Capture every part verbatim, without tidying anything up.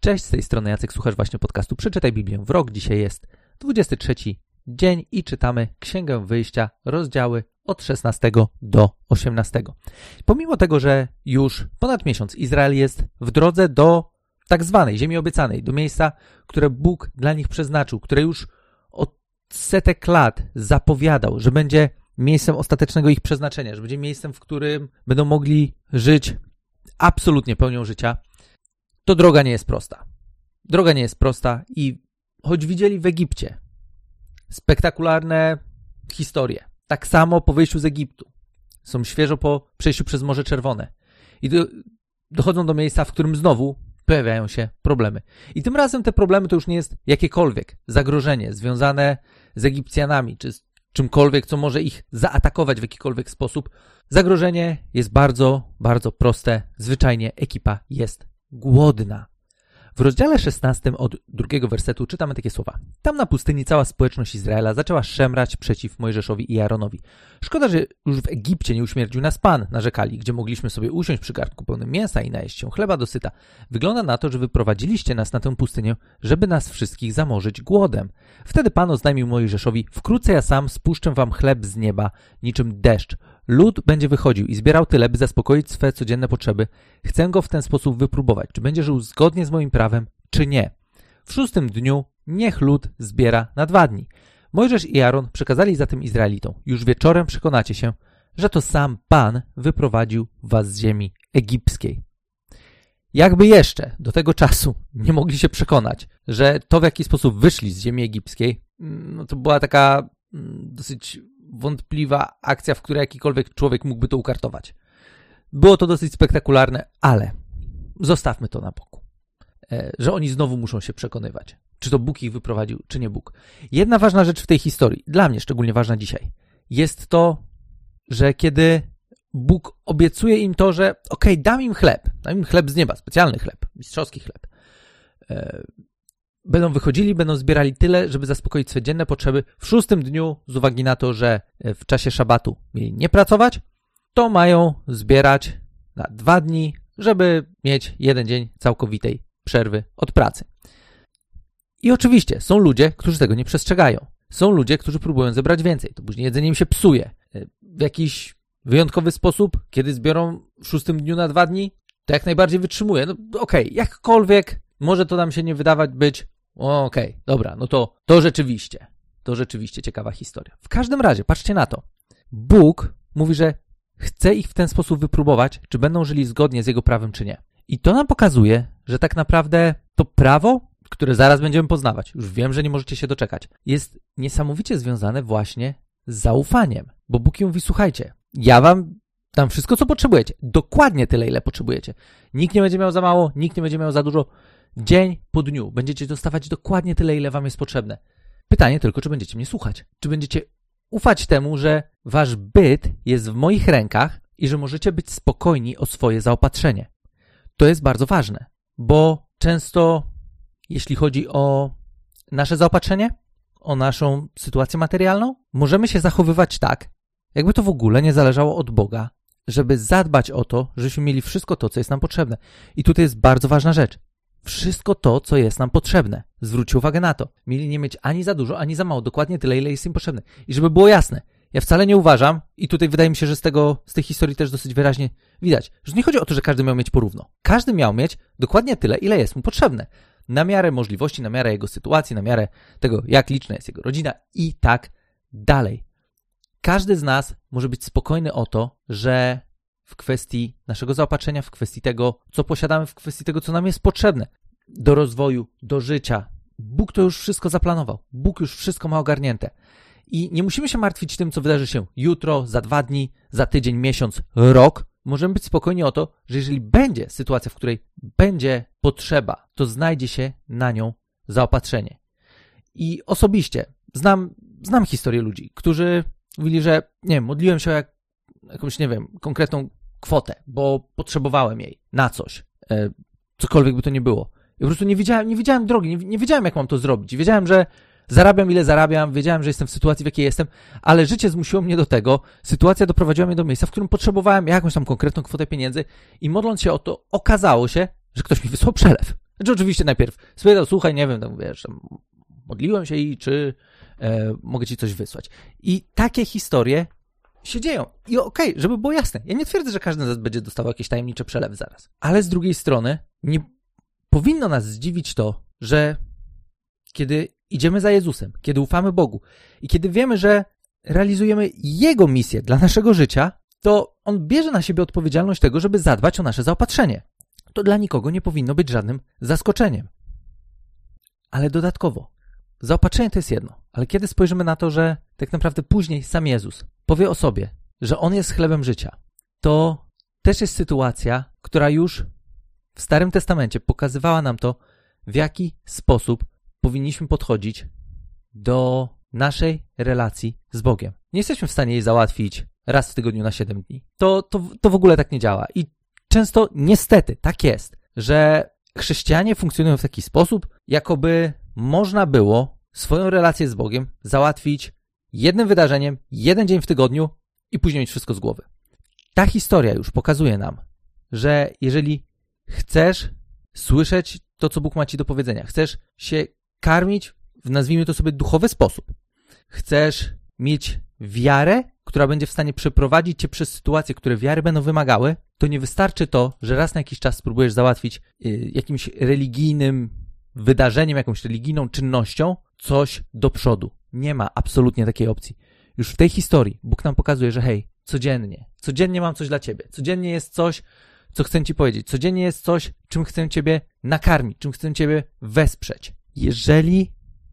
Cześć, z tej strony Jacek, słuchasz właśnie podcastu Przeczytaj Biblię w rok. Dzisiaj jest dwudziesty trzeci dzień i czytamy Księgę Wyjścia, rozdziały od szesnastego do osiemnastego. Pomimo tego, że już ponad miesiąc Izrael jest w drodze do tak zwanej ziemi obiecanej, do miejsca, które Bóg dla nich przeznaczył, które już od setek lat zapowiadał, że będzie miejscem ostatecznego ich przeznaczenia, że będzie miejscem, w którym będą mogli żyć absolutnie pełnią życia, to droga nie jest prosta. Droga nie jest prosta i choć widzieli w Egipcie spektakularne historie, tak samo po wyjściu z Egiptu, są świeżo po przejściu przez Morze Czerwone i do, dochodzą do miejsca, w którym znowu pojawiają się problemy. I tym razem te problemy to już nie jest jakiekolwiek zagrożenie związane z Egipcjanami, czy z czymkolwiek, co może ich zaatakować w jakikolwiek sposób. Zagrożenie jest bardzo, bardzo proste. Zwyczajnie ekipa jest głodna. W rozdziale szesnastym od drugiego wersetu czytamy takie słowa. Tam na pustyni cała społeczność Izraela zaczęła szemrać przeciw Mojżeszowi i Aaronowi. Szkoda, że już w Egipcie nie uśmiercił nas Pan, narzekali, gdzie mogliśmy sobie usiąść przy garnku pełnym mięsa i najeść się chleba dosyta. Wygląda na to, że wyprowadziliście nas na tę pustynię, żeby nas wszystkich zamorzyć głodem. Wtedy Pan oznajmił Mojżeszowi, wkrótce ja sam spuszczę wam chleb z nieba, niczym deszcz. Lud będzie wychodził i zbierał tyle, by zaspokoić swe codzienne potrzeby. Chcę go w ten sposób wypróbować, czy będzie żył zgodnie z moim prawem, czy nie. W szóstym dniu niech lud zbiera na dwa dni. Mojżesz i Aaron przekazali zatem Izraelitom. Już wieczorem przekonacie się, że to sam Pan wyprowadził was z ziemi egipskiej. Jakby jeszcze do tego czasu nie mogli się przekonać, że to, w jaki sposób wyszli z ziemi egipskiej, no to była taka dosyć wątpliwa akcja, w której jakikolwiek człowiek mógłby to ukartować. Było to dosyć spektakularne, ale zostawmy to na boku. E, że oni znowu muszą się przekonywać, czy to Bóg ich wyprowadził, czy nie Bóg. Jedna ważna rzecz w tej historii, dla mnie szczególnie ważna dzisiaj, jest to, że kiedy Bóg obiecuje im to, że okej, okay, dam im chleb, dam im chleb z nieba, specjalny chleb, mistrzowski chleb. E, Będą wychodzili, będą zbierali tyle, żeby zaspokoić swe dzienne potrzeby. W szóstym dniu, z uwagi na to, że w czasie szabatu mieli nie pracować, to mają zbierać na dwa dni, żeby mieć jeden dzień całkowitej przerwy od pracy. I oczywiście są ludzie, którzy tego nie przestrzegają. Są ludzie, którzy próbują zebrać więcej. To później jedzenie im się psuje. W jakiś wyjątkowy sposób, kiedy zbiorą w szóstym dniu na dwa dni, to jak najbardziej wytrzymuje. No okej, okay, jakkolwiek może to nam się nie wydawać być okej, okay, dobra, no to, to rzeczywiście, to rzeczywiście ciekawa historia. W każdym razie, patrzcie na to. Bóg mówi, że chce ich w ten sposób wypróbować, czy będą żyli zgodnie z Jego prawem, czy nie. I to nam pokazuje, że tak naprawdę to prawo, które zaraz będziemy poznawać, już wiem, że nie możecie się doczekać, jest niesamowicie związane właśnie z zaufaniem. Bo Bóg mówi, słuchajcie, ja wam dam wszystko, co potrzebujecie. Dokładnie tyle, ile potrzebujecie. Nikt nie będzie miał za mało, nikt nie będzie miał za dużo. Dzień po dniu będziecie dostawać dokładnie tyle, ile wam jest potrzebne. Pytanie tylko, czy będziecie mnie słuchać? Czy będziecie ufać temu, że wasz byt jest w moich rękach i że możecie być spokojni o swoje zaopatrzenie? To jest bardzo ważne, bo często, jeśli chodzi o nasze zaopatrzenie, o naszą sytuację materialną, możemy się zachowywać tak, jakby to w ogóle nie zależało od Boga, żeby zadbać o to, żebyśmy mieli wszystko to, co jest nam potrzebne. I tutaj jest bardzo ważna rzecz. Wszystko to, co jest nam potrzebne. Zwróćcie uwagę na to. Mieli nie mieć ani za dużo, ani za mało. Dokładnie tyle, ile jest im potrzebne. I żeby było jasne, ja wcale nie uważam, i tutaj wydaje mi się, że z tego, z tej historii też dosyć wyraźnie widać, że nie chodzi o to, że każdy miał mieć porówno. Każdy miał mieć dokładnie tyle, ile jest mu potrzebne. Na miarę możliwości, na miarę jego sytuacji, na miarę tego, jak liczna jest jego rodzina i tak dalej. Każdy z nas może być spokojny o to, że w kwestii naszego zaopatrzenia, w kwestii tego, co posiadamy, w kwestii tego, co nam jest potrzebne do rozwoju, do życia. Bóg to już wszystko zaplanował. Bóg już wszystko ma ogarnięte. I nie musimy się martwić tym, co wydarzy się jutro, za dwa dni, za tydzień, miesiąc, rok. Możemy być spokojni o to, że jeżeli będzie sytuacja, w której będzie potrzeba, to znajdzie się na nią zaopatrzenie. I osobiście znam, znam historię ludzi, którzy mówili, że nie wiem, modliłem się o jak, jakąś, nie wiem, konkretną kwotę, bo potrzebowałem jej na coś, e, cokolwiek by to nie było. I po prostu nie wiedziałem, nie wiedziałem drogi, nie, nie wiedziałem, jak mam to zrobić. Wiedziałem, że zarabiam, ile zarabiam, wiedziałem, że jestem w sytuacji, w jakiej jestem, ale życie zmusiło mnie do tego, sytuacja doprowadziła mnie do miejsca, w którym potrzebowałem jakąś tam konkretną kwotę pieniędzy i modląc się o to, okazało się, że ktoś mi wysłał przelew. Znaczy oczywiście najpierw spytał, słuchaj, nie wiem, tam wiesz, modliłem się i czy e, mogę ci coś wysłać. I takie historie się dzieją. I okej, okay, żeby było jasne, ja nie twierdzę, że każdy z nas będzie dostawał jakieś tajemnicze przelewy zaraz. Ale z drugiej strony nie powinno nas zdziwić to, że kiedy idziemy za Jezusem, kiedy ufamy Bogu i kiedy wiemy, że realizujemy Jego misję dla naszego życia, to On bierze na siebie odpowiedzialność tego, żeby zadbać o nasze zaopatrzenie. To dla nikogo nie powinno być żadnym zaskoczeniem. Ale dodatkowo, zaopatrzenie to jest jedno, ale kiedy spojrzymy na to, że tak naprawdę później sam Jezus powie o sobie, że On jest chlebem życia, to też jest sytuacja, która już w Starym Testamencie pokazywała nam to, w jaki sposób powinniśmy podchodzić do naszej relacji z Bogiem. Nie jesteśmy w stanie jej załatwić raz w tygodniu na siedem dni. To, to, to w ogóle tak nie działa. I często niestety tak jest, że chrześcijanie funkcjonują w taki sposób, jakoby można było swoją relację z Bogiem załatwić jednym wydarzeniem, jeden dzień w tygodniu i później mieć wszystko z głowy. Ta historia już pokazuje nam, że jeżeli chcesz słyszeć to, co Bóg ma ci do powiedzenia, chcesz się karmić w, nazwijmy to sobie, duchowy sposób, chcesz mieć wiarę, która będzie w stanie przeprowadzić cię przez sytuacje, które wiary będą wymagały, to nie wystarczy to, że raz na jakiś czas spróbujesz załatwić y, jakimś religijnym wydarzeniem, jakąś religijną czynnością coś do przodu. Nie ma absolutnie takiej opcji. Już w tej historii Bóg nam pokazuje, że hej, codziennie, codziennie mam coś dla ciebie. Codziennie jest coś, co chcę ci powiedzieć. Codziennie jest coś, czym chcę ciebie nakarmić, czym chcę ciebie wesprzeć. Jeżeli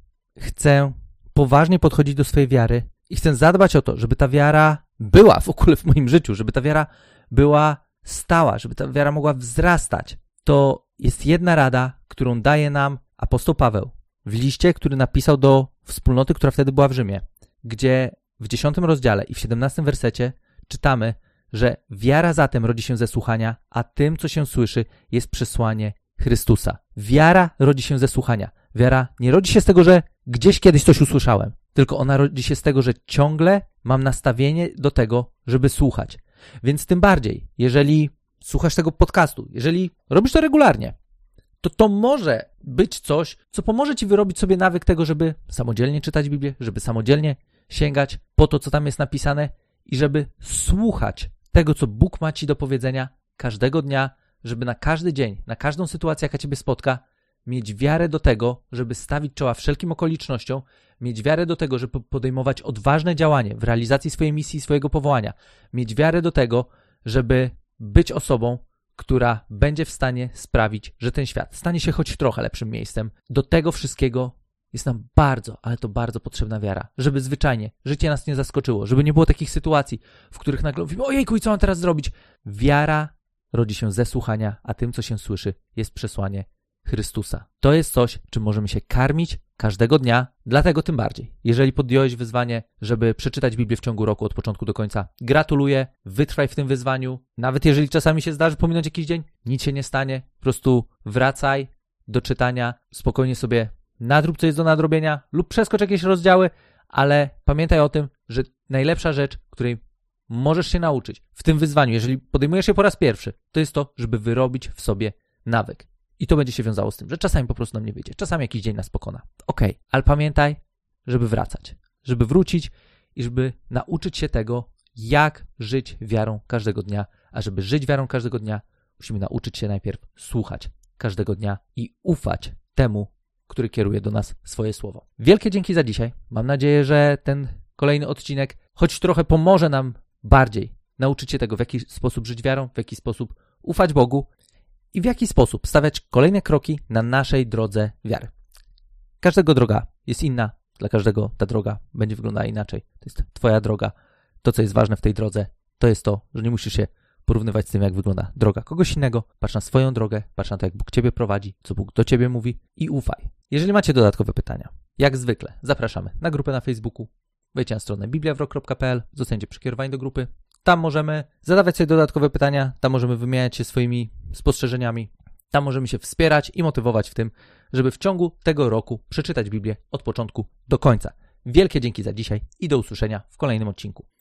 chcę poważnie podchodzić do swojej wiary i chcę zadbać o to, żeby ta wiara była w ogóle w moim życiu, żeby ta wiara była stała, żeby ta wiara mogła wzrastać, to jest jedna rada, którą daje nam apostoł Paweł w liście, który napisał do wspólnoty, która wtedy była w Rzymie, gdzie w dziesiątym rozdziale i w siedemnastym wersecie czytamy, że wiara zatem rodzi się ze słuchania, a tym, co się słyszy, jest przesłanie Chrystusa. Wiara rodzi się ze słuchania. Wiara nie rodzi się z tego, że gdzieś kiedyś coś usłyszałem, tylko ona rodzi się z tego, że ciągle mam nastawienie do tego, żeby słuchać. Więc tym bardziej, jeżeli słuchasz tego podcastu, jeżeli robisz to regularnie, to to może być coś, co pomoże ci wyrobić sobie nawyk tego, żeby samodzielnie czytać Biblię, żeby samodzielnie sięgać po to, co tam jest napisane i żeby słuchać tego, co Bóg ma ci do powiedzenia każdego dnia, żeby na każdy dzień, na każdą sytuację, jaka ciebie spotka, mieć wiarę do tego, żeby stawić czoła wszelkim okolicznościom, mieć wiarę do tego, żeby podejmować odważne działanie w realizacji swojej misji i swojego powołania, mieć wiarę do tego, żeby być osobą, która będzie w stanie sprawić, że ten świat stanie się choć trochę lepszym miejscem. Do tego wszystkiego jest nam bardzo, ale to bardzo potrzebna wiara, żeby zwyczajnie życie nas nie zaskoczyło, żeby nie było takich sytuacji, w których nagle mówimy, ojejku, i co mam teraz zrobić? Wiara rodzi się ze słuchania, a tym, co się słyszy, jest przesłanie Chrystusa. To jest coś, czym możemy się karmić każdego dnia, dlatego tym bardziej. Jeżeli podjąłeś wyzwanie, żeby przeczytać Biblię w ciągu roku od początku do końca, gratuluję, wytrwaj w tym wyzwaniu. Nawet jeżeli czasami się zdarzy pominąć jakiś dzień, nic się nie stanie. Po prostu wracaj do czytania, spokojnie sobie nadrób, co jest do nadrobienia lub przeskocz jakieś rozdziały, ale pamiętaj o tym, że najlepsza rzecz, której możesz się nauczyć w tym wyzwaniu, jeżeli podejmujesz się po raz pierwszy, to jest to, żeby wyrobić w sobie nawyk. I to będzie się wiązało z tym, że czasami po prostu nam nie wyjdzie. Czasami jakiś dzień nas pokona. Okej, okay, ale pamiętaj, żeby wracać. Żeby wrócić i żeby nauczyć się tego, jak żyć wiarą każdego dnia. A żeby żyć wiarą każdego dnia, musimy nauczyć się najpierw słuchać każdego dnia i ufać temu, który kieruje do nas swoje słowo. Wielkie dzięki za dzisiaj. Mam nadzieję, że ten kolejny odcinek choć trochę pomoże nam bardziej nauczyć się tego, w jaki sposób żyć wiarą, w jaki sposób ufać Bogu i w jaki sposób stawiać kolejne kroki na naszej drodze wiary. Każdego droga jest inna, dla każdego ta droga będzie wyglądała inaczej. To jest twoja droga. To, co jest ważne w tej drodze, to jest to, że nie musisz się porównywać z tym, jak wygląda droga kogoś innego. Patrz na swoją drogę, patrz na to, jak Bóg ciebie prowadzi, co Bóg do ciebie mówi i ufaj. Jeżeli macie dodatkowe pytania, jak zwykle zapraszamy na grupę na Facebooku. Wejdźcie na stronę biblia w rok kropka p l, zostańcie przekierowani do grupy. Tam możemy zadawać sobie dodatkowe pytania, tam możemy wymieniać się swoimi spostrzeżeniami, tam możemy się wspierać i motywować w tym, żeby w ciągu tego roku przeczytać Biblię od początku do końca. Wielkie dzięki za dzisiaj i do usłyszenia w kolejnym odcinku.